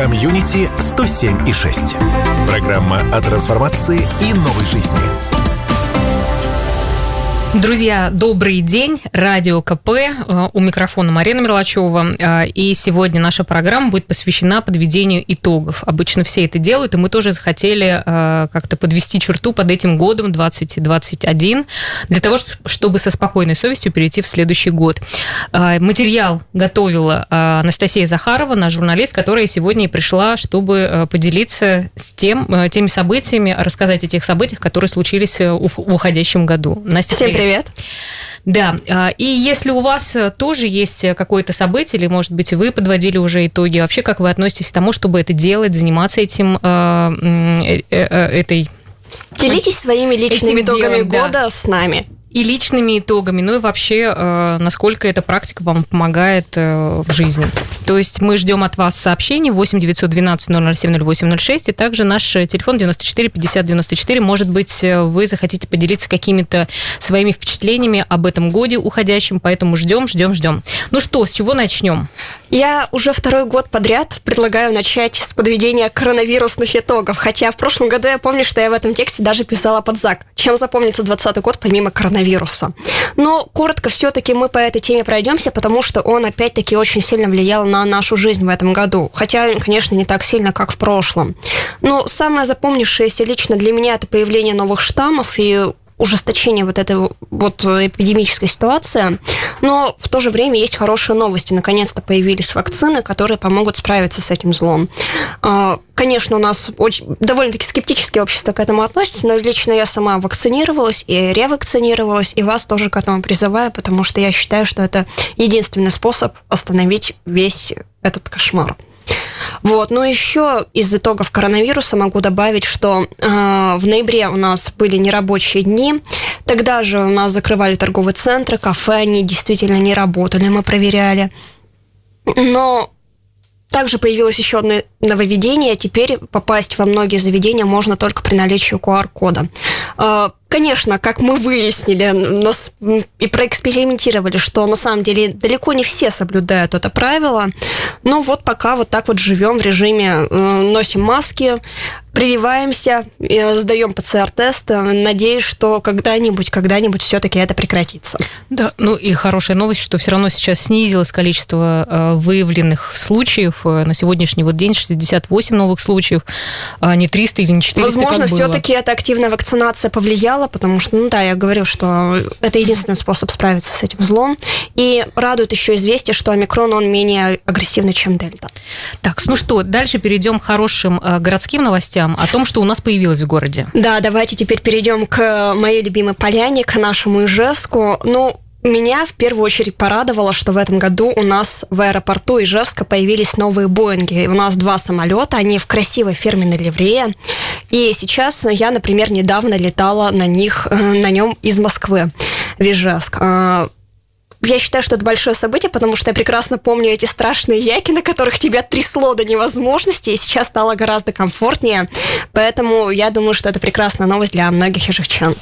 Комьюнити 107,6. Программа о трансформации и новой жизни. Друзья, добрый день. Радио КП. У микрофона Марина Мерлачева. И сегодня наша программа будет посвящена подведению итогов. Обычно все это делают, и мы тоже захотели как-то подвести черту под этим годом 2021, для того, чтобы со спокойной совестью перейти в следующий год. Материал готовила Анастасия Захарова, наш журналист, которая сегодня и пришла, чтобы поделиться с теми событиями, рассказать о тех событиях, которые случились в уходящем году. Настя, всем привет. Да, и если у вас тоже есть какое-то событие, или, может быть, вы подводили уже итоги, вообще как вы относитесь к тому, чтобы это делать, заниматься этим, Делитесь своими личными итогами года с нами. И личными итогами, ну и вообще, насколько эта практика вам помогает в жизни. То есть мы ждем от вас сообщений 8 912 007 0806, и также наш телефон 94 50 94. Может быть, вы захотите поделиться какими-то своими впечатлениями об этом годе уходящем, поэтому ждем. Ну что, с чего начнем? Я уже второй год подряд предлагаю начать с подведения коронавирусных итогов, хотя в прошлом году я помню, что я в этом тексте даже писала под знак. Чем запомнится 2020 год помимо коронавируса? Но коротко все-таки мы по этой теме пройдемся, потому что он опять-таки очень сильно влиял на нашу жизнь в этом году, хотя, конечно, не так сильно, как в прошлом. Но самое запомнившееся лично для меня – это появление новых штаммов и ужесточение вот этой вот эпидемической ситуации, но в то же время есть хорошие новости. Наконец-то появились вакцины, которые помогут справиться с этим злом. Конечно, у нас довольно-таки скептически общество к этому относится, но лично я сама вакцинировалась и ревакцинировалась, и вас тоже к этому призываю, потому что я считаю, что это единственный способ остановить весь этот кошмар. Вот. Но еще из итогов коронавируса могу добавить, что в ноябре у нас были нерабочие дни, тогда же у нас закрывали торговые центры, кафе, они действительно не работали, мы проверяли. Но также появилось еще одно нововведение, теперь попасть во многие заведения можно только при наличии QR-кода. Конечно, как мы выяснили нас и проэкспериментировали, что на самом деле далеко не все соблюдают это правило, но вот пока вот так вот живем в режиме носим маски, прививаемся, сдаем ПЦР-тест, надеюсь, что когда-нибудь все-таки это прекратится. Да, ну и хорошая новость, что все равно сейчас снизилось количество выявленных случаев. На сегодняшний вот день 68 новых случаев, а не 300 или не 400, возможно, как было. все-таки эта активная вакцинация повлияла, потому что, я говорю, что это единственный способ справиться с этим злом. И радует еще известие, что омикрон, он менее агрессивный, чем дельта. Так, ну что, дальше перейдем к хорошим городским новостям о том, что у нас появилось в городе. Да, давайте теперь перейдем к моей любимой поляне, к нашему Ижевску. Меня в первую очередь порадовало, что в этом году у нас в аэропорту Ижевска появились новые Боинги. У нас 2 самолета, они в красивой фирменной ливрее. И сейчас я, например, недавно летала на нем из Москвы в Ижевск. Я считаю, что это большое событие, потому что я прекрасно помню эти страшные яки, на которых тебя трясло до невозможности, и сейчас стало гораздо комфортнее. Поэтому я думаю, что это прекрасная новость для многих ижевчан.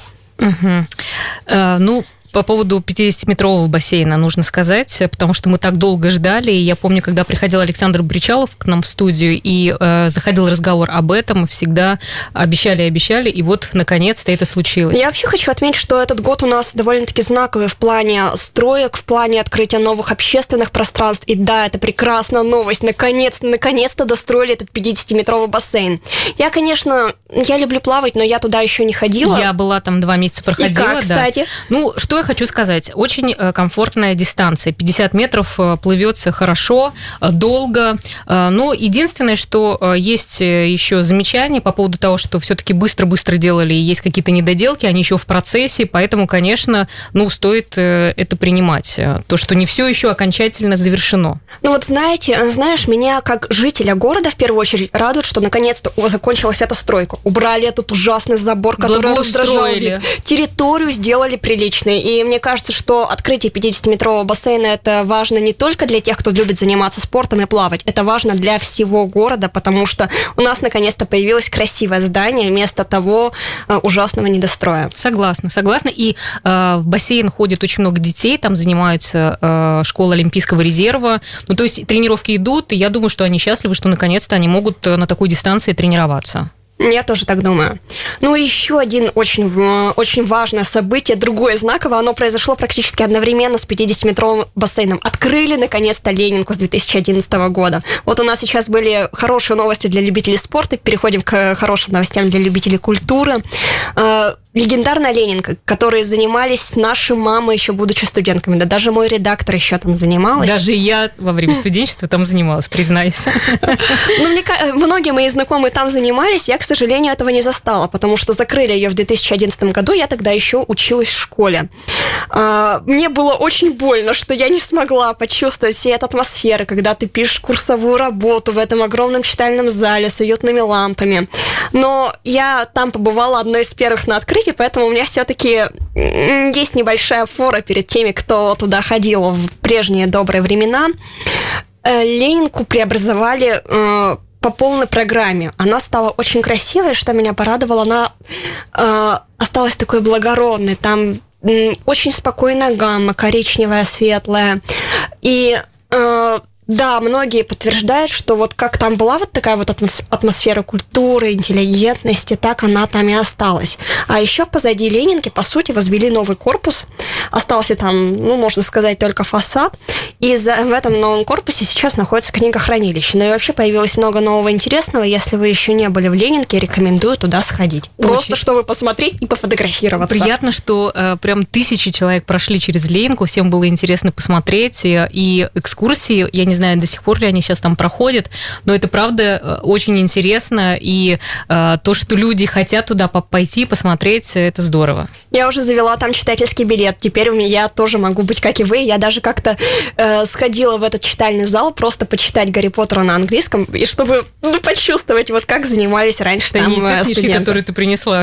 Угу. По поводу 50-метрового бассейна нужно сказать, потому что мы так долго ждали, и я помню, когда приходил Александр Бричалов к нам в студию, и заходил разговор об этом, всегда обещали, и вот, наконец-то, это случилось. Я вообще хочу отметить, что этот год у нас довольно-таки знаковый в плане строек, в плане открытия новых общественных пространств, и да, это прекрасная новость, наконец-то достроили этот 50-метровый бассейн. Я люблю плавать, но я туда еще не ходила. Я была там 2 месяца, проходила. И как, кстати? Что я хочу сказать? Очень комфортная дистанция. 50 метров плывется хорошо, долго. Но единственное, что есть еще замечание по поводу того, что все-таки быстро-быстро делали, и есть какие-то недоделки, они еще в процессе, поэтому, конечно, стоит это принимать. То, что не все еще окончательно завершено. Знаешь, меня как жителя города в первую очередь радует, что наконец-то закончилась эта стройка. Убрали этот ужасный забор, который раздражал вид. Территорию сделали приличной. И мне кажется, что открытие 50-метрового бассейна – это важно не только для тех, кто любит заниматься спортом и плавать. Это важно для всего города, потому что у нас наконец-то появилось красивое здание вместо того ужасного недостроя. Согласна. И в бассейн ходит очень много детей, там занимаются школа Олимпийского резерва. Ну, то есть тренировки идут, и я думаю, что они счастливы, что наконец-то они могут на такой дистанции тренироваться. Я тоже так думаю. Ну и еще один очень важное событие, другое знаковое, оно произошло практически одновременно с 50-метровым бассейном. Открыли, наконец-то, Ленинку с 2011 года. Вот у нас сейчас были хорошие новости для любителей спорта, переходим к хорошим новостям для любителей культуры. Легендарная Ленинка, которые занимались наши мамы еще будучи студентками. Да даже мой редактор еще там занималась. Даже я во время студенчества там занималась, признаюсь. Многие мои знакомые там занимались, я, к сожалению, этого не застала, потому что закрыли ее в 2011 году, я тогда еще училась в школе. Мне было очень больно, что я не смогла почувствовать всей этой атмосферы, когда ты пишешь курсовую работу в этом огромном читальном зале с уютными лампами. Но я там побывала одной из первых на открытии, поэтому у меня все-таки есть небольшая фора перед теми, кто туда ходил в прежние добрые времена. Ленинку преобразовали по полной программе. Она стала очень красивой, что меня порадовало. Она осталась такой благородной. Там очень спокойная гамма, коричневая, светлая. И да, многие подтверждают, что вот как там была вот такая вот атмосфера культуры, интеллигентности, так она там и осталась. А еще позади Ленинки, по сути, возвели новый корпус. Остался там, можно сказать, только фасад. И в этом новом корпусе сейчас находится книгохранилище. Ну и вообще появилось много нового интересного. Если вы еще не были в Ленинке, рекомендую туда сходить. Просто чтобы посмотреть и пофотографироваться. Приятно, что прям 1000 человек прошли через Ленинку, всем было интересно посмотреть. И экскурсии, я не знаю, до сих пор ли они сейчас там проходят, но это, правда, очень интересно, и то, что люди хотят туда пойти, посмотреть, это здорово. Я уже завела там читательский билет, теперь я тоже могу быть, как и вы, я даже как-то сходила в этот читальный зал, просто почитать Гарри Поттера на английском, и чтобы почувствовать, вот как занимались раньше там студенты. Книжки, которые ты принесла.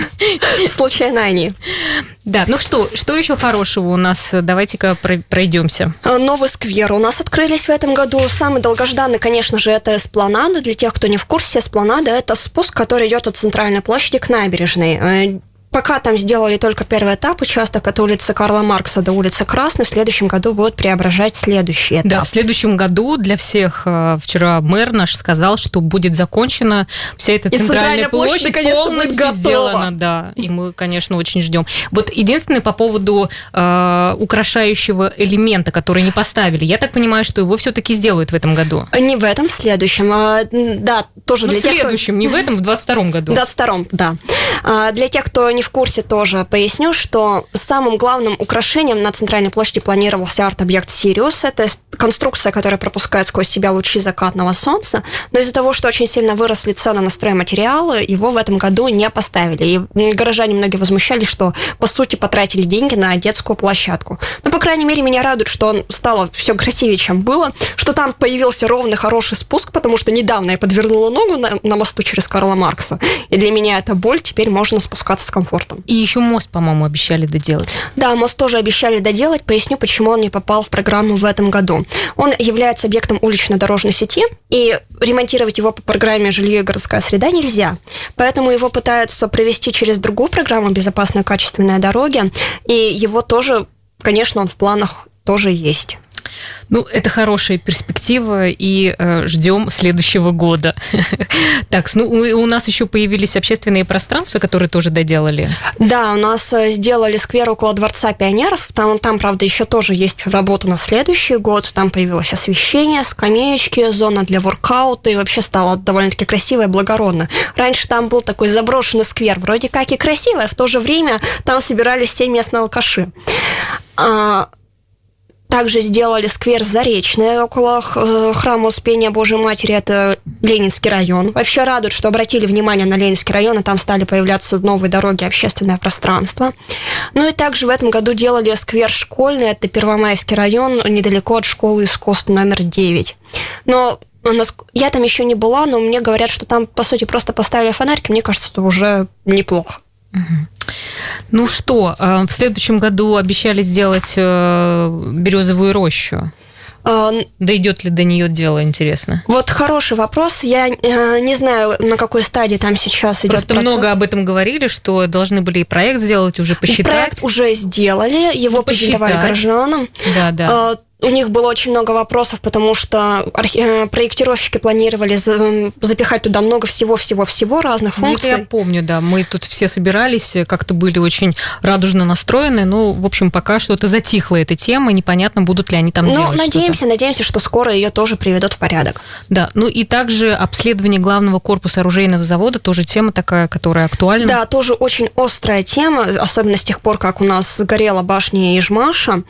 Случайно они. Да, ну что еще хорошего у нас? Давайте-ка пройдемся. Новый сквер у нас открылись в этом году. Самый долгожданный, конечно же, это Эспланада. Для тех, кто не в курсе, Эспланада – это спуск, который идет от центральной площади к набережной. Пока там сделали только первый этап, участок от улицы Карла Маркса до улицы Красной, в следующем году будут преображать следующий этап. Да, в следующем году для всех, вчера мэр наш сказал, что будет закончена вся эта центральная площадь полностью сделана. Да, и мы, конечно, очень ждем. Вот единственное по поводу украшающего элемента, который не поставили, я так понимаю, что его все-таки сделают в этом году. Не в этом, в следующем. Да, тоже для тех, в следующем, не в этом, в 22-м году. В 22-м, да. Для тех, кто не в курсе, тоже поясню, что самым главным украшением на центральной площади планировался арт-объект «Сириус». Это конструкция, которая пропускает сквозь себя лучи закатного солнца, но из-за того, что очень сильно выросли цены на стройматериалы, его в этом году не поставили. И горожане многие возмущались, что, по сути, потратили деньги на детскую площадку. Но, по крайней мере, меня радует, что стало все красивее, чем было, что там появился ровный, хороший спуск, потому что недавно я подвернула ногу на мосту через Карла Маркса, и для меня это боль, теперь можно спускаться с комфортом. И еще мост, по-моему, обещали доделать. Да, мост тоже обещали доделать. Поясню, почему он не попал в программу в этом году. Он является объектом улично-дорожной сети, и ремонтировать его по программе «Жилье и городская среда» нельзя. Поэтому его пытаются провести через другую программу «Безопасные качественные дороги», и его тоже, конечно, он в планах тоже есть. Ну, это хорошая перспектива, и ждем следующего года. Так, у нас еще появились общественные пространства, которые тоже доделали. Да, у нас сделали сквер около Дворца пионеров. Там, правда, еще тоже есть работа на следующий год. Там появилось освещение, скамеечки, зона для воркаута, и вообще стало довольно-таки красиво и благородно. Раньше там был такой заброшенный сквер, вроде как и красивый, а в то же время там собирались все местные алкаши. Также сделали сквер Заречный около храма Успения Божьей Матери, это Ленинский район. Вообще радует, что обратили внимание на Ленинский район, и там стали появляться новые дороги, общественное пространство. Ну и также в этом году делали сквер Школьный, это Первомайский район, недалеко от школы искусств номер 9. Но я там еще не была, но мне говорят, что там, по сути, просто поставили фонарики, мне кажется, это уже неплохо. Ну что, в следующем году обещали сделать березовую рощу. Дойдет ли до нее дело, интересно? Вот хороший вопрос. Я не знаю, на какой стадии там сейчас идет Просто процесс. много об этом говорили, что должны были и проект сделать, уже посчитать. Проект уже сделали, его презентовали гражданам. Да. У них было очень много вопросов, потому что проектировщики планировали запихать туда много всего разных функций. Это я помню, да. Мы тут все собирались, как-то были очень радужно настроены. Ну, в общем, пока что-то затихла эта тема, непонятно, будут ли они там делать надеемся, что скоро ее тоже приведут в порядок. Да, ну и также обследование главного корпуса оружейного завода, тоже тема такая, которая актуальна. Да, тоже очень острая тема, особенно с тех пор, как у нас сгорела башня Ижмаша.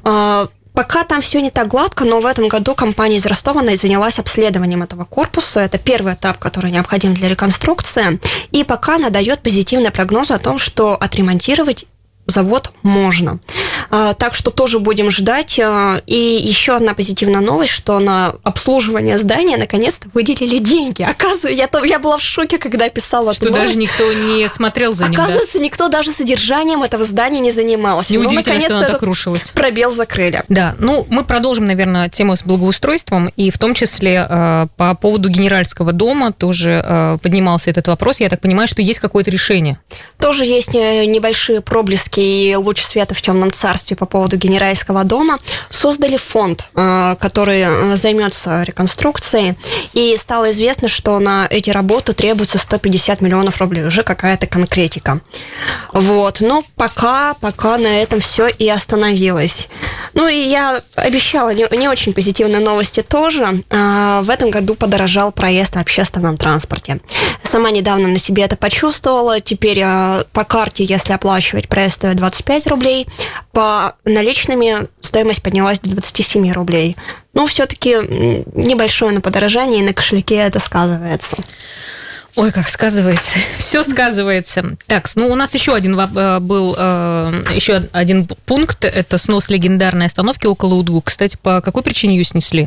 Пока там все не так гладко, но в этом году компания из Ростова занялась обследованием этого корпуса. Это первый этап, который необходим для реконструкции. И пока она дает позитивный прогноз о том, что отремонтировать завод можно. Так что тоже будем ждать. И еще одна позитивная новость, что на обслуживание здания наконец-то выделили деньги. Оказывается, я была в шоке, когда писала что эту новость. Даже никто не смотрел за ним. Оказывается, никто даже содержанием этого здания не занимался. Неудивительно, что оно так рушилось. Пробел закрыли. Да, ну мы продолжим, наверное, тему с благоустройством, и в том числе по поводу Генеральского дома тоже поднимался этот вопрос. Я так понимаю, что есть какое-то решение. Тоже есть небольшие проблески и луч света в темном царстве по поводу Генеральского дома. Создали фонд, который займется реконструкцией, и стало известно, что на эти работы требуется 150 миллионов рублей. Уже какая-то конкретика. Вот. Но пока на этом все и остановилось. Ну и я обещала не очень позитивные новости тоже. В этом году подорожал проезд в общественном транспорте. Сама недавно на себе это почувствовала. Теперь по карте, если оплачивать, проезд стоит 25 рублей. По наличными стоимость поднялась до 27 рублей. Ну, все-таки небольшое на подорожание, и на кошельке это сказывается. Ой, как сказывается. Все сказывается. Так, ну у нас еще один был еще один пункт. Это снос легендарной остановки около УДГУ. Кстати, по какой причине ее снесли?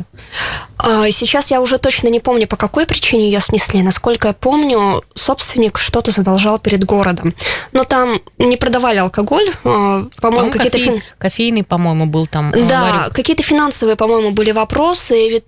Сейчас я уже точно не помню, по какой причине ее снесли. Насколько я помню, собственник что-то задолжал перед городом. Но там не продавали алкоголь. По-моему, какие-то кофейный, по-моему, был там. Да, ларек. Какие-то финансовые, по-моему, были вопросы, и в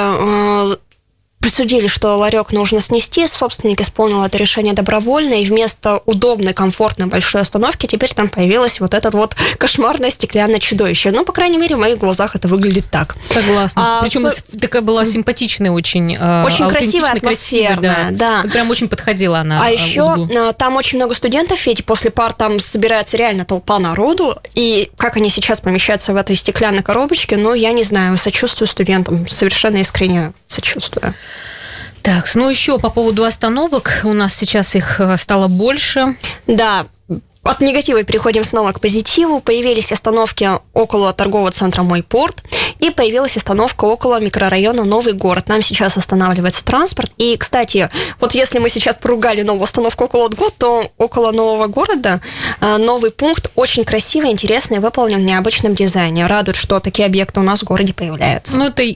итоге присудили, что ларек нужно снести, собственник исполнил это решение добровольно, и вместо удобной, комфортной большой остановки теперь там появилось вот это вот кошмарное стеклянное чудовище. Ну, по крайней мере, в моих глазах это выглядит так. Согласна. Причем такая была симпатичная, очень красивая, атмосферная, да. Прям очень подходила она. А еще там очень много студентов, ведь после пар там собирается реально толпа народу, и как они сейчас помещаются в этой стеклянной коробочке, ну, я не знаю, сочувствую студентам, совершенно искренне сочувствую. Так, ну еще по поводу остановок. У нас сейчас их стало больше. Да, от негатива переходим снова к позитиву. Появились остановки около торгового центра «Мой порт», и появилась остановка около микрорайона «Новый город». Нам сейчас останавливается транспорт. И, кстати, вот если мы сейчас поругали новую остановку около УДГУ, то около Нового города новый пункт очень красивый, интересный, выполнен в необычном дизайне. Радует, что такие объекты у нас в городе появляются. Ну, это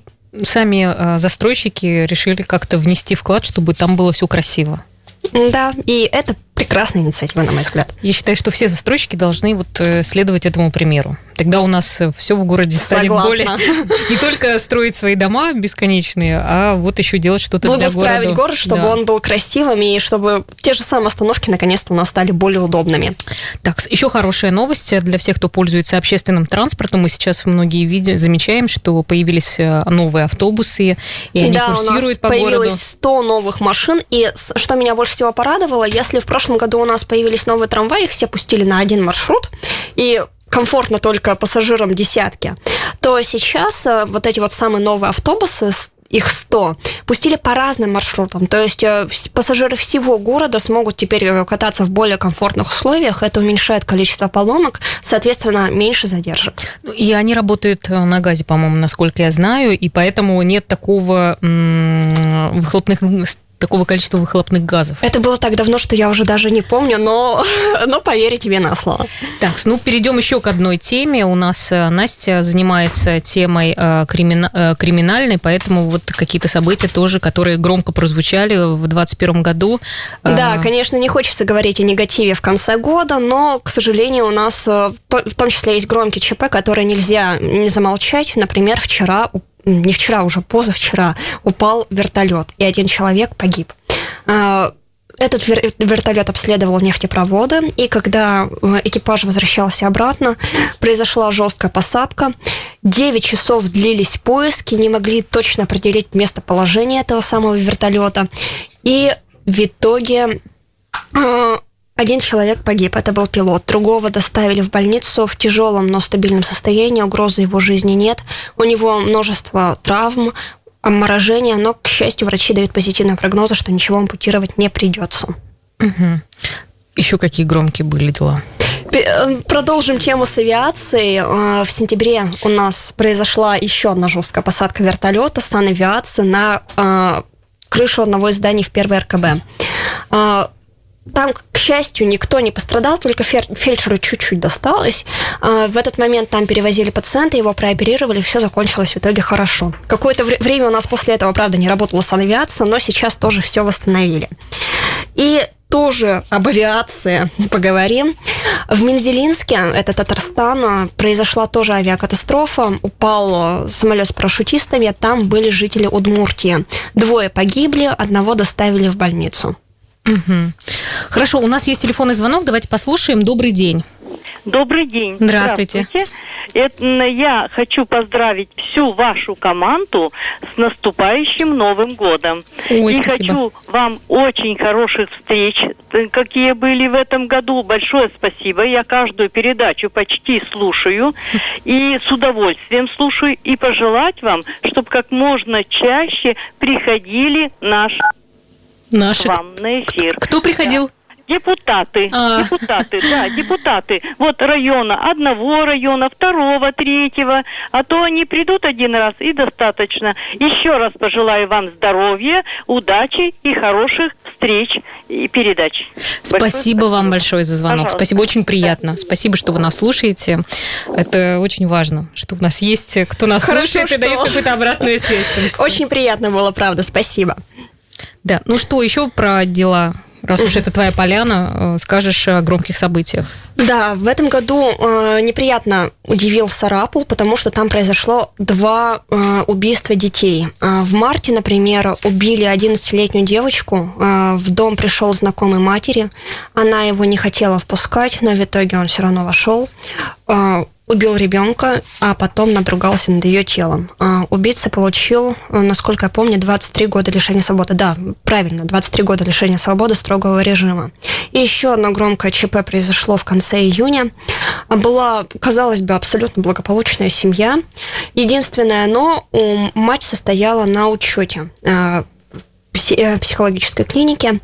сами застройщики решили как-то внести вклад, чтобы там было все красиво. Да, и это прекрасная инициатива, на мой взгляд. Я считаю, что все застройщики должны следовать этому примеру. Тогда у нас все в городе станет более... Не только строить свои дома бесконечные, а вот еще делать что-то для города. Благоустраивать город, чтобы он был красивым, и чтобы те же самые остановки наконец-то у нас стали более удобными. Так, еще хорошая новость для всех, кто пользуется общественным транспортом. Мы сейчас многие замечаем, что появились новые автобусы, и они курсируют по городу. Появилось 100 новых машин, и что меня больше всего порадовало, если в прошлом году у нас появились новые трамваи, их все пустили на один маршрут, и комфортно только пассажирам десятки, то сейчас вот эти вот самые новые автобусы, их 100, пустили по разным маршрутам. То есть пассажиры всего города смогут теперь кататься в более комфортных условиях. Это уменьшает количество поломок, соответственно, меньше задержек. И они работают на газе, по-моему, насколько я знаю, и поэтому нет такого выхлопных такого количества выхлопных газов? Это было так давно, что я уже даже не помню, но поверю тебе на слово. Так, ну перейдем еще к одной теме. У нас Настя занимается темой криминальной, поэтому вот какие-то события тоже, которые громко прозвучали в 2021 году. Да, конечно, не хочется говорить о негативе в конце года, но, к сожалению, у нас в том числе есть громкий ЧП, который нельзя не замолчать. Например, уже позавчера упал вертолет, и 1 человек погиб. Этот вертолет обследовал нефтепроводы, и когда экипаж возвращался обратно, произошла жесткая посадка. 9 часов длились поиски, не могли точно определить местоположение этого самого вертолета. И в итоге 1 человек погиб, это был пилот. Другого доставили в больницу в тяжелом, но стабильном состоянии, угрозы его жизни нет. У него множество травм, обморожения, но, к счастью, врачи дают позитивные прогнозы, что ничего ампутировать не придется. Угу. Еще какие громкие были дела? Продолжим тему с авиацией. В сентябре у нас произошла еще одна жесткая посадка вертолета санавиации на крышу одного из зданий в 1 РКБ. Там, к счастью, никто не пострадал, только фельдшеру чуть-чуть досталось. В этот момент там перевозили пациента, его прооперировали, все закончилось в итоге хорошо. Какое-то время у нас после этого, правда, не работала санавиация, но сейчас тоже все восстановили. И тоже об авиации поговорим. В Мензелинске, это Татарстан, произошла тоже авиакатастрофа. Упал самолет с парашютистами, там были жители Удмуртии. 2 погибли, 1 доставили в больницу. Угу. Хорошо, у нас есть телефонный звонок, давайте послушаем. Добрый день. Добрый день. Здравствуйте. Я хочу поздравить всю вашу команду с наступающим Новым годом. Ой, и спасибо. хочу вам очень хороших встреч, какие были в этом году. Большое спасибо. Я каждую передачу почти слушаю и с удовольствием слушаю. И пожелать вам, чтобы как можно чаще приходили наши к вам на эфир. Кто приходил? Депутаты. Вот района, 1 района, 2, 3, а то они придут 1 раз и достаточно. Еще раз пожелаю вам здоровья, удачи и хороших встреч и передач. Спасибо вам большое за звонок. Пожалуйста. Спасибо, очень приятно. Спасибо, что вы нас слушаете. Это очень важно, что у нас есть кто нас слушает и дает какую-то обратную связь. Очень приятно было, правда, спасибо. Да, ну что, еще про дела? Раз уж это твоя поляна, скажешь о громких событиях. Да, в этом году неприятно удивил Сарапул, потому что там произошло 2 убийства детей. В марте, например, убили 11-летнюю девочку. В дом пришел знакомый матери. Она его не хотела впускать, но в итоге он все равно вошел. Убил ребенка, а потом надругался над ее телом. Убийца получил, насколько я помню, 23 года лишения свободы. Да, правильно, 23 года лишения свободы строгого режима. И еще одно громкое ЧП произошло в конце июня. Была, казалось бы, абсолютно благополучная семья. Единственное, но мать состояла на учете в психологической клинике.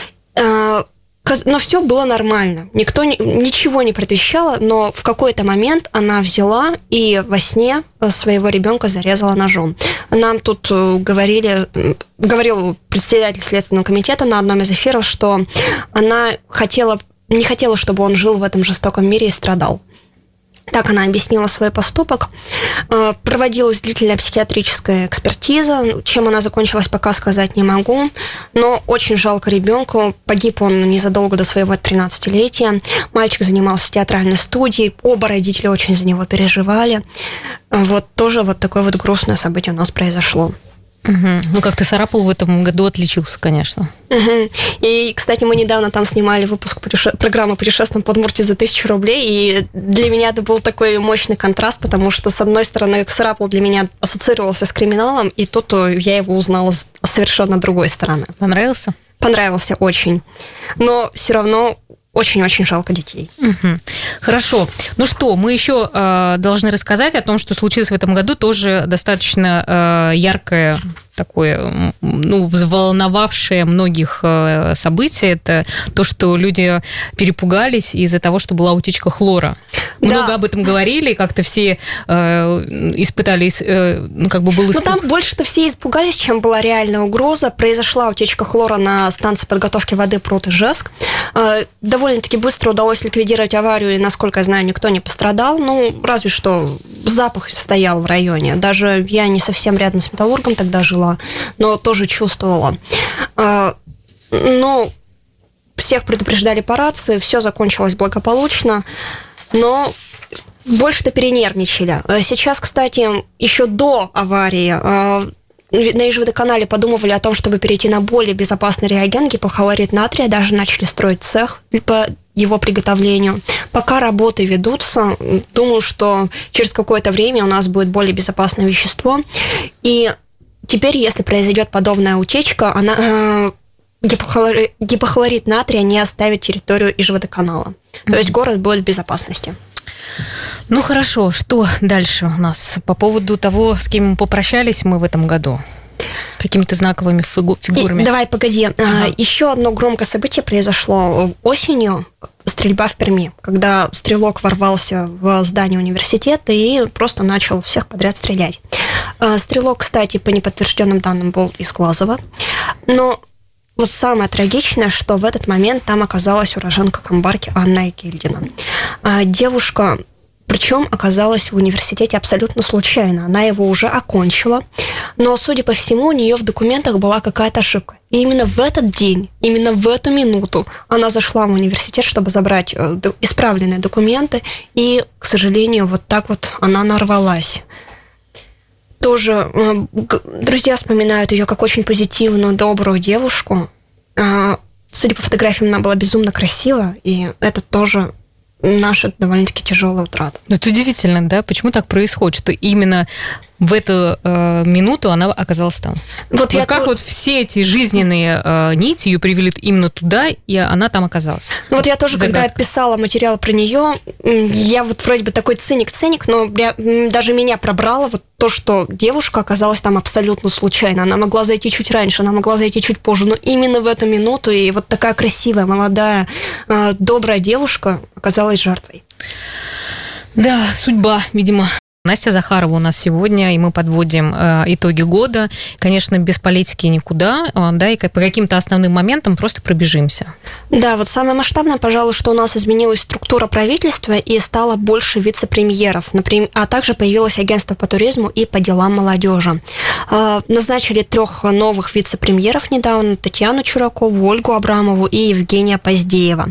Но все было нормально, ничего не предвещало, но в какой-то момент она взяла и во сне своего ребенка зарезала ножом. Нам тут говорил председатель Следственного комитета на одном из эфиров, что она не хотела, чтобы он жил в этом жестоком мире и страдал. Так она объяснила свой поступок. Проводилась длительная психиатрическая экспертиза. Чем она закончилась, пока сказать не могу. Но очень жалко ребенка. Погиб он незадолго до своего 13-летия. Мальчик занимался в театральной студии. Оба родителя очень за него переживали. Вот тоже вот такое вот грустное событие у нас произошло. Угу. Ну, как-то Сарапул в этом году отличился, конечно. Угу. И, кстати, мы недавно там снимали выпуск программы «Путешествуем по Удмуртии за 1000 рублей», и для меня это был такой мощный контраст, потому что, с одной стороны, Сарапул для меня ассоциировался с криминалом, и тут я его узнала с совершенно другой стороны. Понравился? Понравился очень. Но все равно очень-очень жалко детей. Угу. Хорошо. Ну что, мы еще должны рассказать о том, что случилось в этом году. Тоже достаточно яркое такое, взволновавшее многих событие, это то, что люди перепугались из-за того, что была утечка хлора. Да. Много об этом говорили, как-то все испытались, там больше-то все испугались, чем была реальная угроза. Произошла утечка хлора на станции подготовки воды Прут-Ижевск. Довольно-таки быстро удалось ликвидировать аварию, и, насколько я знаю, никто не пострадал. Разве что запах стоял в районе. Даже я не совсем рядом с металлургом тогда жила, но тоже чувствовала. Всех предупреждали по рации, все закончилось благополучно, но больше-то перенервничали. Сейчас, кстати, еще до аварии на ИЖВД-канале подумывали о том, чтобы перейти на более безопасный реагент, гипохлорид натрия, даже начали строить цех по его приготовлению. Пока работы ведутся, думаю, что через какое-то время у нас будет более безопасное вещество. И теперь, если произойдет подобная утечка, гипохлорид натрия не оставит территорию ИЖВД-канала. То есть город будет в безопасности. Хорошо, что дальше у нас по поводу того, с кем мы попрощались мы в этом году? Какими-то знаковыми фигурами? Давай, погоди. Еще одно громкое событие произошло осенью. Стрельба в Перми, когда стрелок ворвался в здание университета и просто начал всех подряд стрелять. Стрелок, кстати, по неподтвержденным данным был из Глазова. Но вот самое трагичное, что в этот момент там оказалась уроженка Камбарки Анна Айгельдина. Девушка, причем оказалась в университете абсолютно случайно. Она его уже окончила, но, судя по всему, у нее в документах была какая-то ошибка. И именно в этот день, именно в эту минуту она зашла в университет, чтобы забрать исправленные документы, и, к сожалению, вот так вот она нарвалась. Тоже друзья вспоминают ее как очень позитивную, добрую девушку. Судя по фотографиям, она была безумно красива, и это тоже наша довольно-таки тяжелая утрата. Это удивительно, да? Почему так происходит, что именно в эту минуту она оказалась там? Вот все эти жизненные нити ее привели именно туда, и она там оказалась? Я тоже, когда писала материал про нее, я вроде бы такой циник, но даже меня пробрало то, что девушка оказалась там абсолютно случайно. Она могла зайти чуть раньше, она могла зайти чуть позже, но именно в эту минуту и вот такая красивая, молодая, добрая девушка оказалась жертвой. Да, судьба, видимо. Настя Захарова у нас сегодня, и мы подводим итоги года. Конечно, без политики никуда, да, и по каким-то основным моментам просто пробежимся. Да, вот самое масштабное, пожалуй, что у нас изменилась структура правительства и стало больше вице-премьеров, а также появилось агентство по туризму и по делам молодежи. Назначили 3 новых вице-премьеров недавно: Татьяну Чуракову, Ольгу Абрамову и Евгения Поздеева.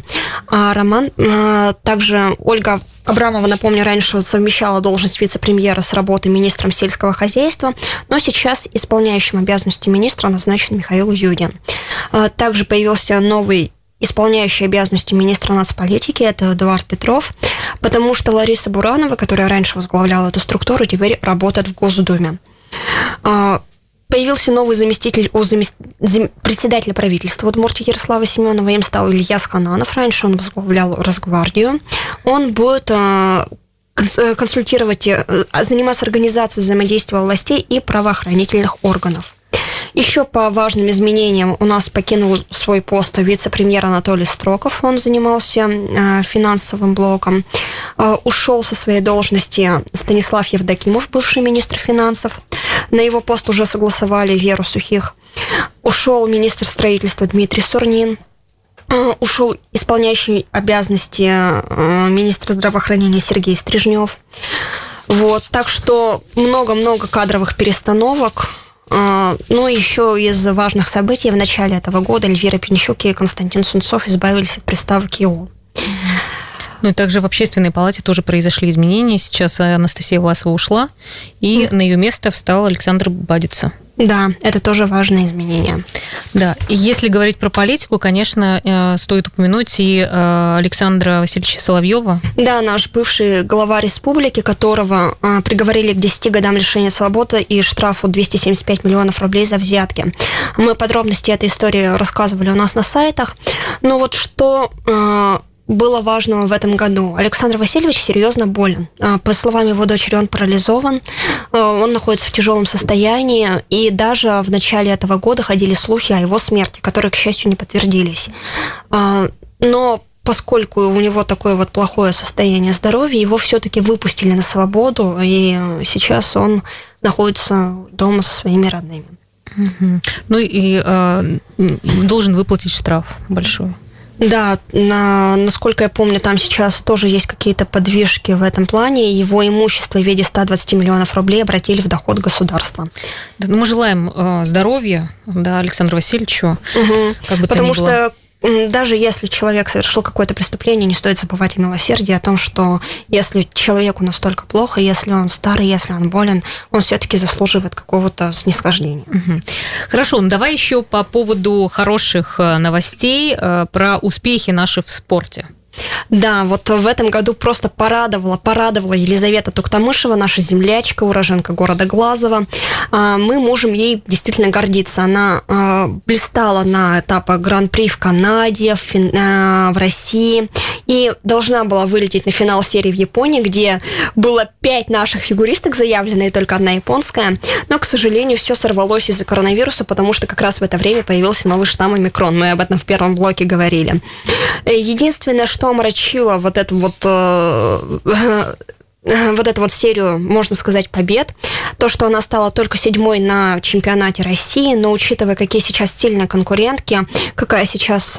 Также Ольга Абрамова, напомню, раньше совмещала должность вице-премьера с работой министром сельского хозяйства, но сейчас исполняющим обязанности министра назначен Михаил Юдин. Также появился новый исполняющий обязанности министра нацполитики, это Эдуард Петров, потому что Лариса Буранова, которая раньше возглавляла эту структуру, теперь работает в Госдуме. Появился новый заместитель председателя правительства Удмуртии Ярослава Семенова, им стал Илья Скананов. Раньше он возглавлял Росгвардию. Он будет консультировать, заниматься организацией взаимодействия властей и правоохранительных органов. Еще по важным изменениям у нас покинул свой пост вице-премьер Анатолий Строков. Он занимался финансовым блоком. Ушел со своей должности Станислав Евдокимов, бывший министр финансов. На его пост уже согласовали Веру Сухих. Ушел министр строительства Дмитрий Сурнин. Ушел исполняющий обязанности министра здравоохранения Сергей Стрижнев. Так что много-много кадровых перестановок. Еще из важных событий в начале этого года Эльвира Пинчук и Константин Сунцов избавились от приставок ЕО. И также в Общественной палате тоже произошли изменения. Сейчас Анастасия Власова ушла, и на ее место встал Александр Бадица. Да, это тоже важное изменение. Да, и если говорить про политику, конечно, стоит упомянуть и Александра Васильевича Соловьева. Да, наш бывший глава республики, которого приговорили к 10 годам лишения свободы и штрафу 275 миллионов рублей за взятки. Мы подробности этой истории рассказывали у нас на сайтах. Но что было важного в этом году? Александр Васильевич серьезно болен. По словам его дочери, он парализован, он находится в тяжелом состоянии, и даже в начале этого года ходили слухи о его смерти, которые, к счастью, не подтвердились. Но поскольку у него такое вот плохое состояние здоровья, его все-таки выпустили на свободу, и сейчас он находится дома со своими родными. Ну и должен выплатить штраф большой. Да, насколько я помню, там сейчас тоже есть какие-то подвижки в этом плане. Его имущество в виде 120 миллионов рублей обратили в доход государства. Да, ну мы желаем здоровья, да, Александру Васильевичу, как бы то ни было. Потому что даже если человек совершил какое-то преступление, не стоит забывать о милосердии, о том, что если человеку настолько плохо, если он старый, если он болен, он все-таки заслуживает какого-то снисхождения. Хорошо, ну давай еще по поводу хороших новостей про успехи наши в спорте. Да, вот в этом году просто порадовала Елизавета Туктамышева, наша землячка, уроженка города Глазова. Мы можем ей действительно гордиться. Она блистала на этапах Гран-при в Канаде, в России, и должна была вылететь на финал серии в Японии, где было 5 наших фигуристок заявлено, и только одна японская. Но, к сожалению, все сорвалось из-за коронавируса, потому что как раз в это время появился новый штамм омикрон. Мы об этом в первом блоке говорили. Единственное, что омрачило вот эту вот серию, можно сказать, побед, то, что она стала только 7-й на чемпионате России, но учитывая, какие сейчас сильные конкурентки, как сейчас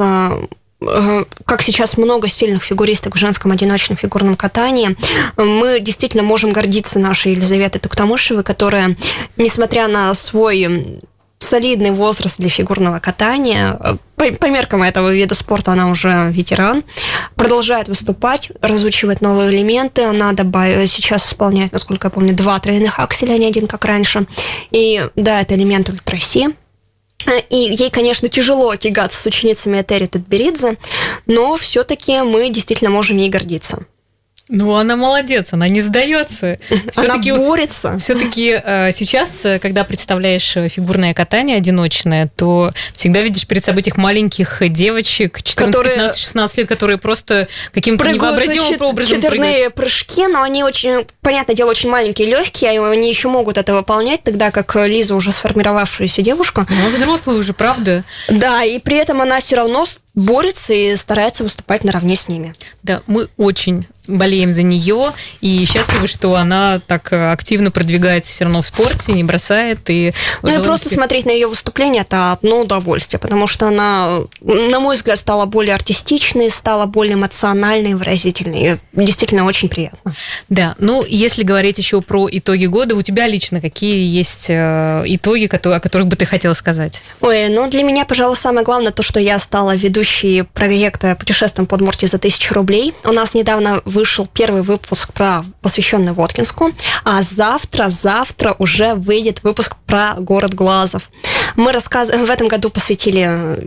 много сильных фигуристок в женском одиночном фигурном катании, мы действительно можем гордиться нашей Елизаветой Туктамышевой, которая, несмотря на свой солидный возраст для фигурного катания, по меркам этого вида спорта она уже ветеран, продолжает выступать, разучивает новые элементы. Она сейчас исполняет, насколько я помню, 2 тройных акселя, а не 1, как раньше. И да, это элемент ультраси. И ей, конечно, тяжело тягаться с ученицами Этери Тутберидзе, но все-таки мы действительно можем ей гордиться. Ну, она молодец, она не сдается. Она борется. Все-таки сейчас, когда представляешь фигурное катание одиночное, то всегда видишь перед собой этих маленьких девочек 14, 15, 16 лет, которые просто каким-то невообразимым образом четверные прыжки, но они очень, понятное дело, очень маленькие, легкие, а они еще могут это выполнять, тогда как Лиза уже сформировавшаяся девушка. Ну, взрослая уже, правда? Да, и при этом она все равно борется и старается выступать наравне с ними. Да, мы очень болеем за нее и счастливы, что она так активно продвигается все равно в спорте, не бросает. И просто смотреть на ее выступление – это одно удовольствие, потому что она, на мой взгляд, стала более артистичной, стала более эмоциональной, выразительной. И действительно очень приятно. Да, ну, если говорить еще про итоги года, у тебя лично какие есть итоги, о которых бы ты хотела сказать? Для меня, пожалуй, самое главное то, что я стала ведущей проекта «Путешествуем по Удмуртии за 1000 рублей». У нас недавно вышел первый выпуск, посвященный Воткинску, а завтра уже выйдет выпуск про город Глазов. Мы в этом году посвятили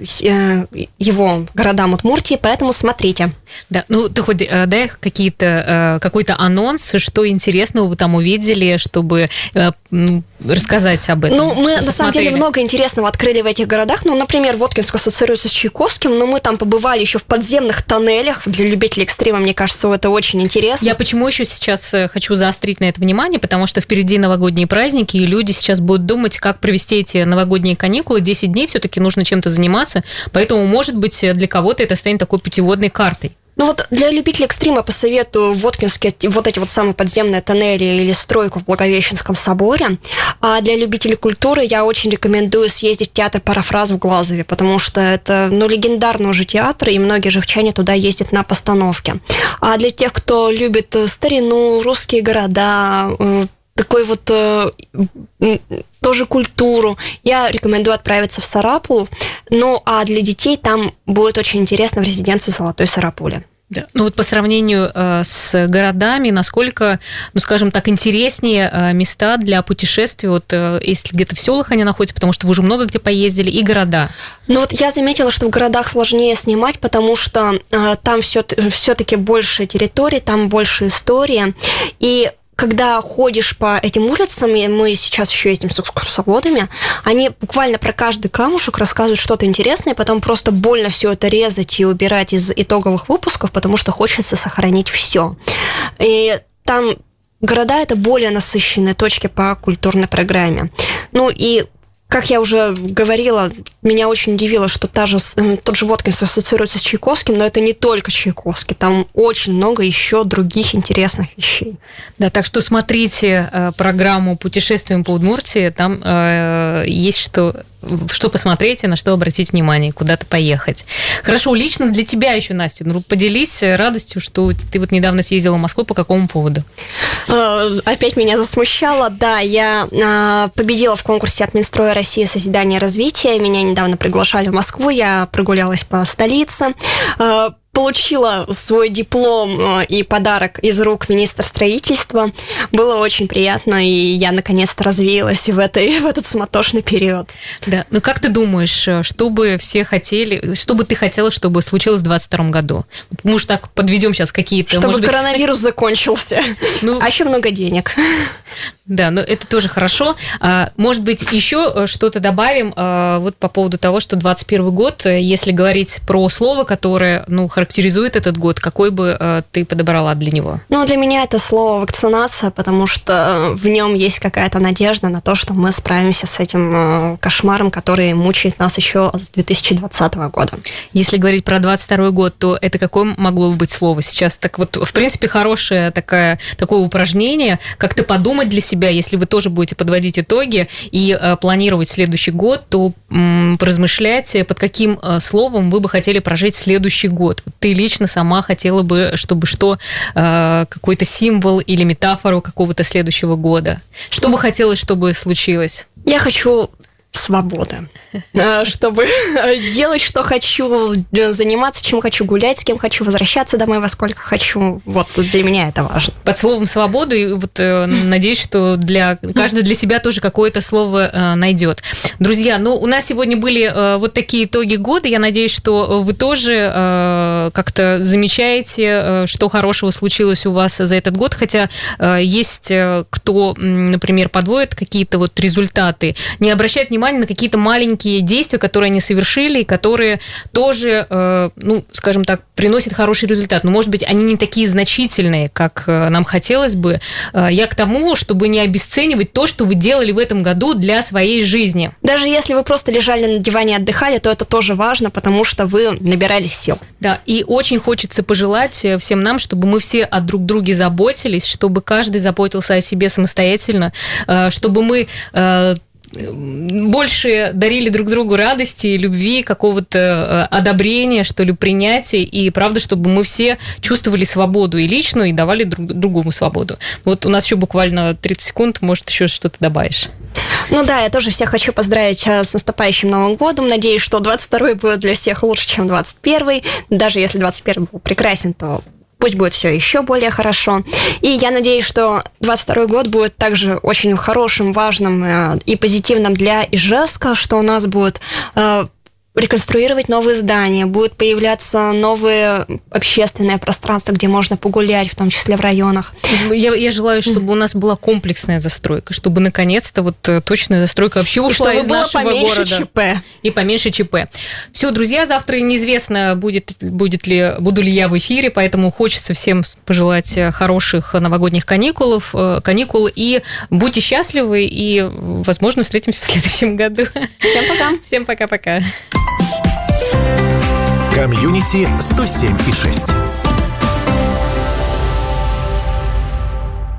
его городам Удмуртии, поэтому смотрите. Да, ну ты хоть дай какой-то анонс, что интересного вы там увидели, чтобы рассказать об этом. Ну, мы на самом деле много интересного открыли в этих городах. Ну, например, Воткинск ассоциируется с Чайковским, но мы там побывали еще в подземных тоннелях. Для любителей экстрима, мне кажется, это очень интересно. Я почему еще сейчас хочу заострить на это внимание, потому что впереди новогодние праздники, и люди сейчас будут думать, как провести эти новогодние каникулы. 10 дней все-таки нужно чем-то заниматься, поэтому, может быть, для кого-то это станет такой путеводной картой. Ну вот для любителей экстрима посоветую в Воткинске вот эти вот самые подземные тоннели или стройку в Благовещенском соборе. А для любителей культуры я очень рекомендую съездить в театр «Парафраз» в Глазове, потому что это легендарный уже театр, и многие живчане туда ездят на постановки. А для тех, кто любит старину, русские города, такой вот тоже культуру, я рекомендую отправиться в Сарапул. Ну, а для детей там будет очень интересно в резиденции Золотой Сарапули. Да. Ну вот по сравнению с городами, насколько, скажем так, интереснее места для путешествий, вот если где-то в селах они находятся, потому что вы уже много где поездили, и города? Ну вот я заметила, что в городах сложнее снимать, потому что там все-таки больше территорий, там больше истории, и когда ходишь по этим улицам, и мы сейчас еще ездим с экскурсоводами, они буквально про каждый камушек рассказывают что-то интересное, и потом просто больно все это резать и убирать из итоговых выпусков, потому что хочется сохранить все. И там города – это более насыщенные точки по культурной программе. Ну и, как я уже говорила, меня очень удивило, что тот же Воткинс ассоциируется с Чайковским, но это не только Чайковский, там очень много еще других интересных вещей. Да, так что смотрите программу «Путешествуем по Удмуртии», там есть что посмотреть и на что обратить внимание, куда-то поехать. Хорошо, лично для тебя еще, Настя, поделись радостью, что ты вот недавно съездила в Москву, по какому поводу? Опять меня засмущало. Да, я победила в конкурсе от Минстроя России «Созидание и развитие». Меня недавно приглашали в Москву, я прогулялась по столице, получила свой диплом и подарок из рук министра строительства. Было очень приятно, и я наконец-то развеялась в этот суматошный период. Да, ну как ты думаешь, что бы ты хотела, чтобы случилось в 2022 году? Мы уж так подведем сейчас какие-то... Чтобы коронавирус закончился, а еще много денег. Да, но это тоже хорошо. Может быть, еще что-то добавим вот по поводу того, что 2021 год, если говорить про слово, которое, характеризует этот год, какой бы ты подобрала для него? Для меня это слово «вакцинация», потому что в нем есть какая-то надежда на то, что мы справимся с этим кошмаром, который мучает нас еще с 2020 года. Если говорить про 2022 год, то это какое могло бы быть слово сейчас? Так вот, в принципе, хорошее такое упражнение, как-то подумать для себя, если вы тоже будете подводить итоги и планировать следующий год, то поразмышлять, под каким словом вы бы хотели прожить следующий год. Ты лично сама хотела бы, чтобы какой-то символ или метафору какого-то следующего года? Что бы хотелось, чтобы случилось? Я хочу свободы, чтобы делать, что хочу, заниматься, чем хочу, гулять, с кем хочу, возвращаться домой во сколько хочу. Вот для меня это важно. Под словом «свобода» и надеюсь, что каждый для себя тоже какое-то слово найдет. Друзья, у нас сегодня были вот такие итоги года. Я надеюсь, что вы тоже как-то замечаете, что хорошего случилось у вас за этот год, хотя есть кто, например, подводит какие-то результаты, не обращает внимания на какие-то маленькие действия, которые они совершили, и которые тоже, скажем так, приносят хороший результат. Но, может быть, они не такие значительные, как нам хотелось бы. Я к тому, чтобы не обесценивать то, что вы делали в этом году для своей жизни. Даже если вы просто лежали на диване и отдыхали, то это тоже важно, потому что вы набирались сил. Да, и очень хочется пожелать всем нам, чтобы мы все о друг друге заботились, чтобы каждый заботился о себе самостоятельно, чтобы мы больше дарили друг другу радости, любви, какого-то одобрения, принятия, и правда, чтобы мы все чувствовали свободу и личную, и давали друг другому свободу. Вот у нас еще буквально 30 секунд, может, еще что-то добавишь? Я тоже всех хочу поздравить с наступающим Новым годом. Надеюсь, что 22-й будет для всех лучше, чем 21-й. Даже если 21-й был прекрасен, то пусть будет все еще более хорошо. И я надеюсь, что 22 год будет также очень хорошим, важным и позитивным для Ижевска, что у нас будет реконструировать новые здания, будут появляться новые общественные пространства, где можно погулять, в том числе в районах. Я желаю, чтобы у нас была комплексная застройка, чтобы наконец-то точная застройка вообще ушла из нашего города. ЧП. И поменьше ЧП. Все, друзья, завтра неизвестно, буду ли я в эфире, поэтому хочется всем пожелать хороших новогодних каникул, и будьте счастливы, и, возможно, встретимся в следующем году. Всем пока. Всем пока-пока. Комьюнити 107,6.